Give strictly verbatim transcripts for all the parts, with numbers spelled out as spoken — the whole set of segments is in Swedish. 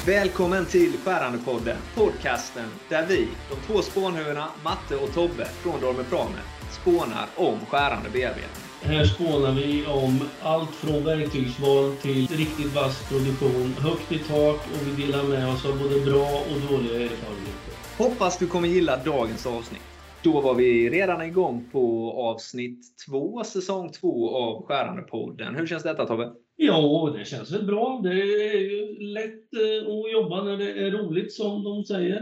Välkommen till Skärandepodden, podcasten där vi, de två spånhuvudena Matte och Tobbe från Dormer Prame, spånar om skärande bearbetning. Här spånar vi om allt från verktygsval till riktigt vass produktion, högt i tak, och vi delar med oss av både bra och dåliga erfarenheter. Hoppas du kommer gilla dagens avsnitt. Då var vi redan igång på avsnitt två, säsong två av Skärandepodden. Hur känns detta, Tobbe? Ja, det känns väl bra. Det är ju lätt att jobba när det är roligt, som de säger.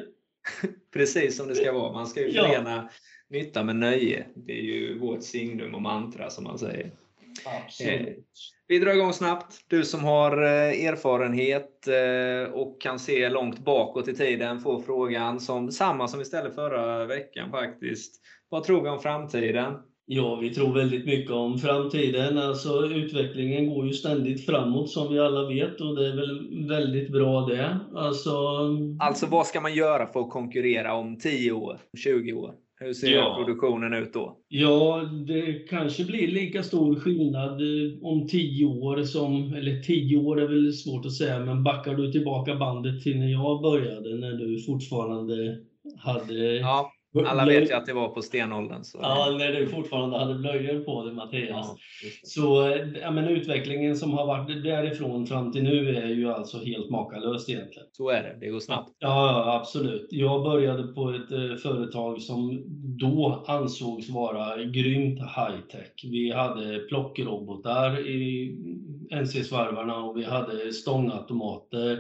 Precis som det ska vara. Man ska ju förena Ja. nytta med nöje. Det är ju vårt signum och mantra, som man säger. Absolut. Eh, vi drar igång snabbt. Du som har eh, erfarenhet eh, och kan se långt bakåt i tiden får frågan som samma som vi ställde förra veckan faktiskt. Vad tror vi om framtiden? Ja, vi tror väldigt mycket om framtiden. Alltså, utvecklingen går ju ständigt framåt, som vi alla vet, och det är väl väldigt bra det. Alltså, alltså vad ska man göra för att konkurrera om tio år, tjugo år? Hur ser ja. produktionen ut då? Ja, det kanske blir lika stor skillnad om tio år som, eller tio år är väl svårt att säga, men backar du tillbaka bandet till när jag började, när du fortfarande hade... Ja. Alla vet ju att det var på stenåldern. Så. Ja, när du fortfarande hade blöjor på dig, Mattias. Ja, så ja, men utvecklingen som har varit därifrån fram till nu är ju alltså helt makalöst egentligen. Så är det, det går snabbt. Ja, ja, absolut. Jag började på ett eh, företag som då ansågs vara grymt high-tech. Vi hade plockrobotar i N C-svarvarna och vi hade stångautomater.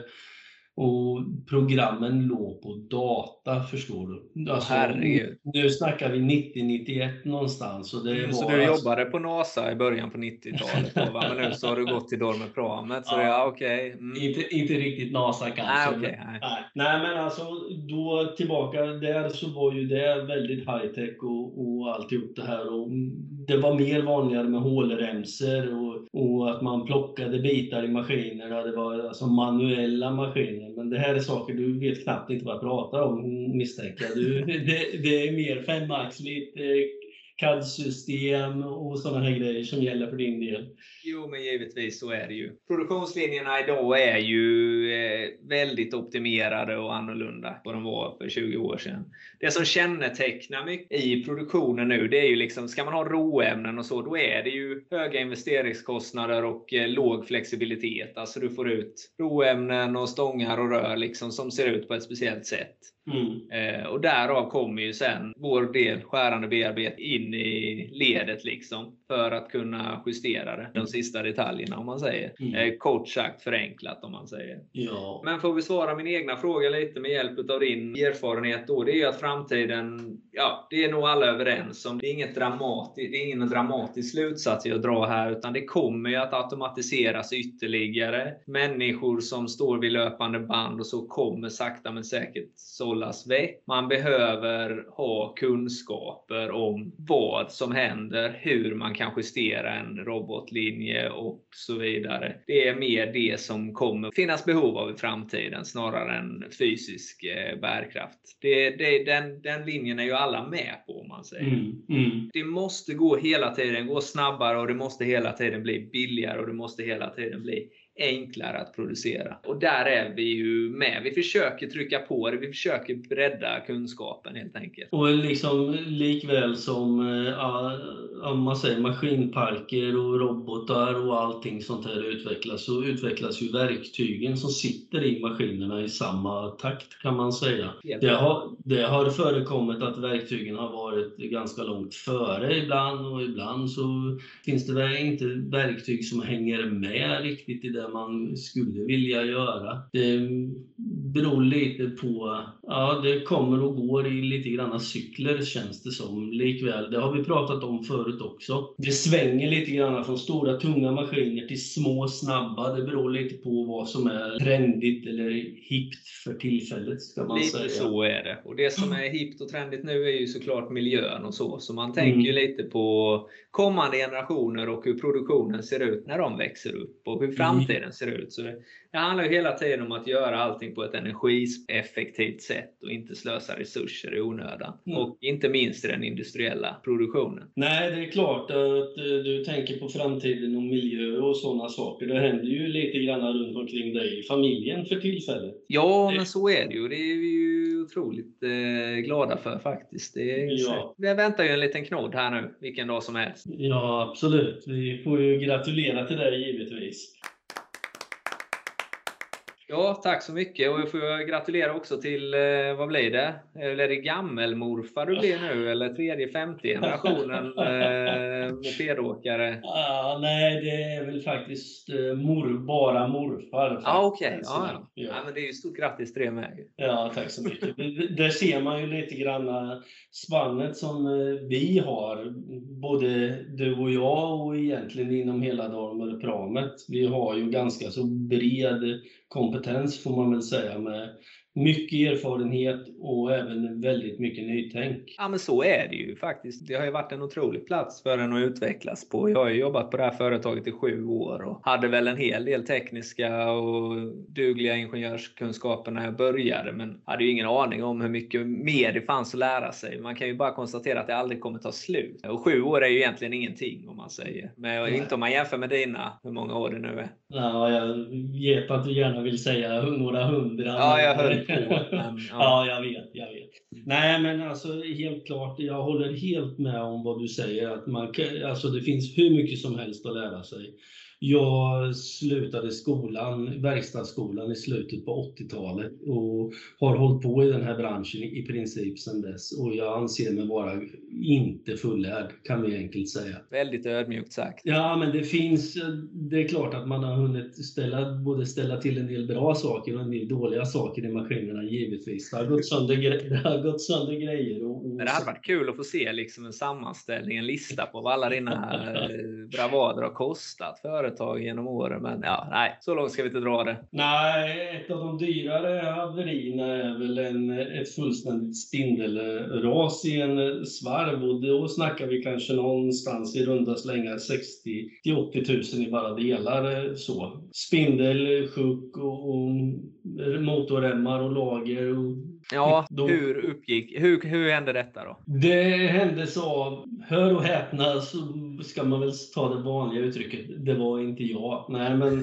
Och programmen låg på data, förstår du. Alltså, herregud. Nu snackar vi nittio nittioett någonstans. Och det mm, var så du alltså... jobbade på NASA i början på nittiotalet då, va? Men nu så har du gått till Dormer Prame. Så ja, ja, okej. Okay. Mm. Inte, inte riktigt NASA kanske. Nej, okay, men, nej. nej. nej, men alltså då tillbaka där så var ju det väldigt high-tech och, och alltihop det här. Och det var mer vanligare med hålremser och, och att man plockade bitar i maskinerna. Det var alltså manuella maskiner. Men det här är saker du vet knappt inte vad jag pratar om, misstänker jag. Du, det, det är mer femaxligt, C A D-system och sådana här grejer som gäller för din del. Jo, men givetvis så är det ju. Produktionslinjerna idag är ju eh, väldigt optimerade och annorlunda vad de var för tjugo år sedan. Det som kännetecknar mycket i produktionen nu, det är ju liksom, ska man ha råämnen och så, då är det ju höga investeringskostnader och eh, låg flexibilitet. Alltså du får ut råämnen och stångar och rör liksom som ser ut på ett speciellt sätt. Mm. Eh, och därav kommer ju sen vår del skärande bearbetning in i ledet liksom, för att kunna justera det, de sista detaljerna om man säger. Mm. Eh, kort sagt förenklat om man säger. Ja. Men får vi svara min egna fråga lite med hjälp av din erfarenhet då, det är ju att framtiden, ja, det är nog alla överens om. Det är inget dramatiskt, det är ingen dramatisk slutsats att dra här, utan det kommer ju att automatiseras ytterligare. Människor som står vid löpande band och så kommer sakta men säkert sållas väck. Man behöver ha kunskaper om vad som händer, hur man kan justera en robotlinje och så vidare. Det är mer det som kommer finnas behov av i framtiden snarare än fysisk eh, bärkraft. Det, det, den, den linjen är ju alla med på, om man säger. Mm, mm. Det måste gå hela tiden, gå snabbare, och det måste hela tiden bli billigare, och det måste hela tiden bli enklare att producera. Och där är vi ju med. Vi försöker trycka på det. Vi försöker bredda kunskapen helt enkelt. Och liksom likväl som äh, man säger, maskinparker och robotar och allting sånt här utvecklas, så utvecklas ju verktygen som sitter i maskinerna i samma takt, kan man säga. Det har, det har förekommit att verktygen har varit ganska långt före ibland, och ibland så finns det väl inte verktyg som hänger med riktigt i det man skulle vilja göra. Det beror lite på, ja, det kommer och går i lite granna cykler, känns det som. Likväl, det har vi pratat om förut också. Det svänger lite grann från stora tunga maskiner till små snabba. Det beror lite på vad som är trendigt eller hippt för tillfället, ska man lite säga. Lite så är det. Och det som är hippt och trendigt nu är ju såklart miljön och så. Så man tänker ju mm. lite på kommande generationer och hur produktionen ser ut när de växer upp och hur framtiden framtiden ser ut. Så det, det handlar ju hela tiden om att göra allting på ett energieffektivt sätt och inte slösa resurser i onödan. Mm. Och inte minst i den industriella produktionen. Nej, det är klart att du tänker på framtiden och miljö och sådana saker. Det händer ju lite grann runt omkring dig i familjen för tillfället. Ja, men så är det ju. Det är vi ju otroligt eh, glada för faktiskt. Det är, ja. Vi väntar ju en liten knodd här nu, vilken dag som helst. Ja, absolut. Vi får ju gratulera till dig givetvis. Ja, tack så mycket. Och jag får gratulera också till, eh, vad blir det? Eller är det gammelmorfar du blir nu? Eller tredje, femte generationen eh, mopedåkare? Ah, nej, det är väl faktiskt eh, mor, bara morfar. Ja, ah, okej. Okay. Ja, ja. Ja. Ja, men det är ju stort grattis till det med. Ja, tack så mycket. Där ser man ju lite grann spannet som vi har. Både du och jag och egentligen inom hela Dalmörepramet. Vi har ju ganska så bred kompetens får man väl säga, med mycket erfarenhet och även väldigt mycket nytänk. Ja, men så är det ju faktiskt. Det har ju varit en otrolig plats för den att utvecklas på. Jag har ju jobbat på det här företaget i sju år och hade väl en hel del tekniska och dugliga ingenjörskunskaper när jag började, men hade ju ingen aning om hur mycket mer det fanns att lära sig. Man kan ju bara konstatera att det aldrig kommer ta slut. Och sju år är ju egentligen ingenting om man säger. Men Nej. Inte om man jämför med dina, hur många år det nu är. Ja, jag vet att du gärna vill säga några hundra. Ja, jag hör på. Men, ja. ja, jag vet, jag vet. Nej, men alltså helt klart, jag håller helt med om vad du säger. Att man, alltså, det finns hur mycket som helst att lära sig. Jag slutade skolan, verkstadsskolan i slutet på åttiotalet och har hållit på i den här branschen i princip sedan dess. Och jag anser mig vara inte fullärd, kan vi enkelt säga. Väldigt ödmjukt sagt. Ja, men det finns, det är klart att man har hunnit ställa, både ställa till en del bra saker och en del dåliga saker i maskinerna givetvis. Det har gått sönder, det har gått sönder grejer. Och, och... Men det hade varit kul att få se liksom en sammanställning, en lista på vad alla dina bravader har kostat för företag genom åren, men ja, nej, så långt ska vi inte dra det. Nej, ett av de dyrare haverierna är väl en, ett fullständigt spindelras i en svarv, och då snackar vi kanske någonstans i runda slängar sextio till åttio tusen i bara delar så. Spindel, sjuk och, och motorremmar och lager och ja, då, hur uppgick, hur, hur hände detta då? Det hände så, hör och häpna, så ska man väl ta det vanliga uttrycket. Det var inte jag. Nej, men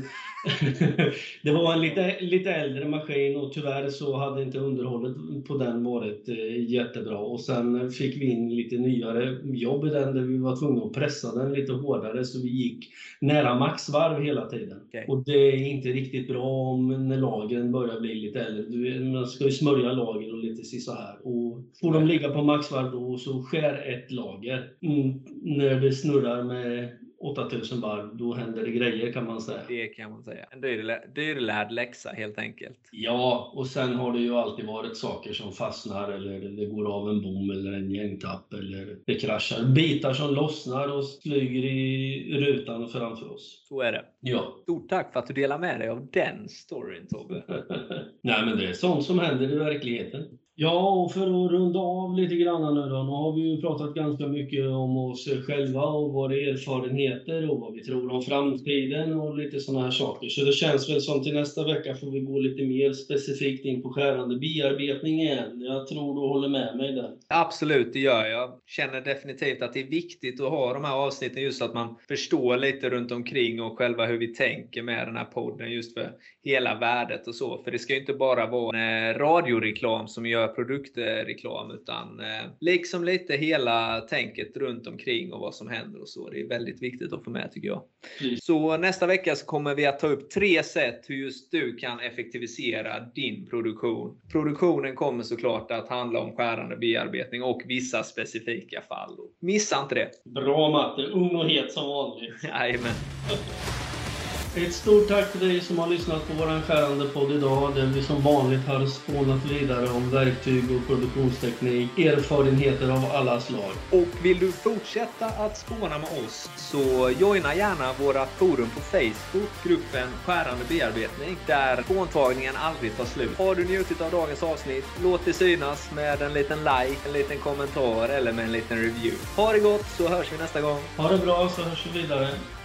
det var en lite, lite äldre maskin och tyvärr så hade inte underhållet på den varit eh, jättebra. Och sen fick vi in lite nyare jobb i den där vi var tvungna att pressa den lite hårdare, så vi gick nära maxvarv hela tiden. Okay. Och det är inte riktigt bra om när lagren börjar bli lite äldre. Man ska ju smörja lager och lite så här. Och får de ligga på maxvarv då, så skär ett lager. Mm, när det snurrar med åtta tusen varv, då händer det grejer, kan man säga. Det kan man säga. En dyrlärd läxa helt enkelt. Ja, och sen har det ju alltid varit saker som fastnar, eller det går av en bom eller en gängtapp, eller det kraschar. Bitar som lossnar och flyger i rutan framför oss. Så är det. Ja. Stort tack för att du delar med dig av den storyn, Tobbe. Nej, men det är sånt som händer i verkligheten. Ja, och för att runda av lite grann nu då. Nu har vi ju pratat ganska mycket om oss själva och våra erfarenheter och vad vi tror om framtiden och lite sådana här saker. Så det känns väl som till nästa vecka får vi gå lite mer specifikt in på skärande bearbetning igen. Jag tror du håller med mig där. Absolut, det gör jag. Känner definitivt att det är viktigt att ha de här avsnitten just så att man förstår lite runt omkring och själva hur vi tänker med den här podden just för hela värdet och så. För det ska ju inte bara vara en radioreklam som gör produktreklam, utan eh, liksom lite hela tänket runt omkring och vad som händer och så. Det är väldigt viktigt att få med, tycker jag. Mm. Så nästa vecka så kommer vi att ta upp tre sätt hur just du kan effektivisera din produktion. Produktionen kommer såklart att handla om skärande bearbetning och vissa specifika fall. Missa inte det. Bra Matte, ung och het som vanligt. Jajamän. Ett stort tack till dig som har lyssnat på våran skärande podd idag, där vi som vanligt har spånat vidare om verktyg och produktionsteknik, erfarenheter av alla slag. Och vill du fortsätta att spåna med oss, så joina gärna våra forum på Facebook, gruppen Skärande bearbetning, där spåntagningen aldrig tar slut. Har du njutit av dagens avsnitt, låt det synas med en liten like, en liten kommentar eller med en liten review. Ha det gott, så hörs vi nästa gång. Ha det bra, så hörs vi vidare.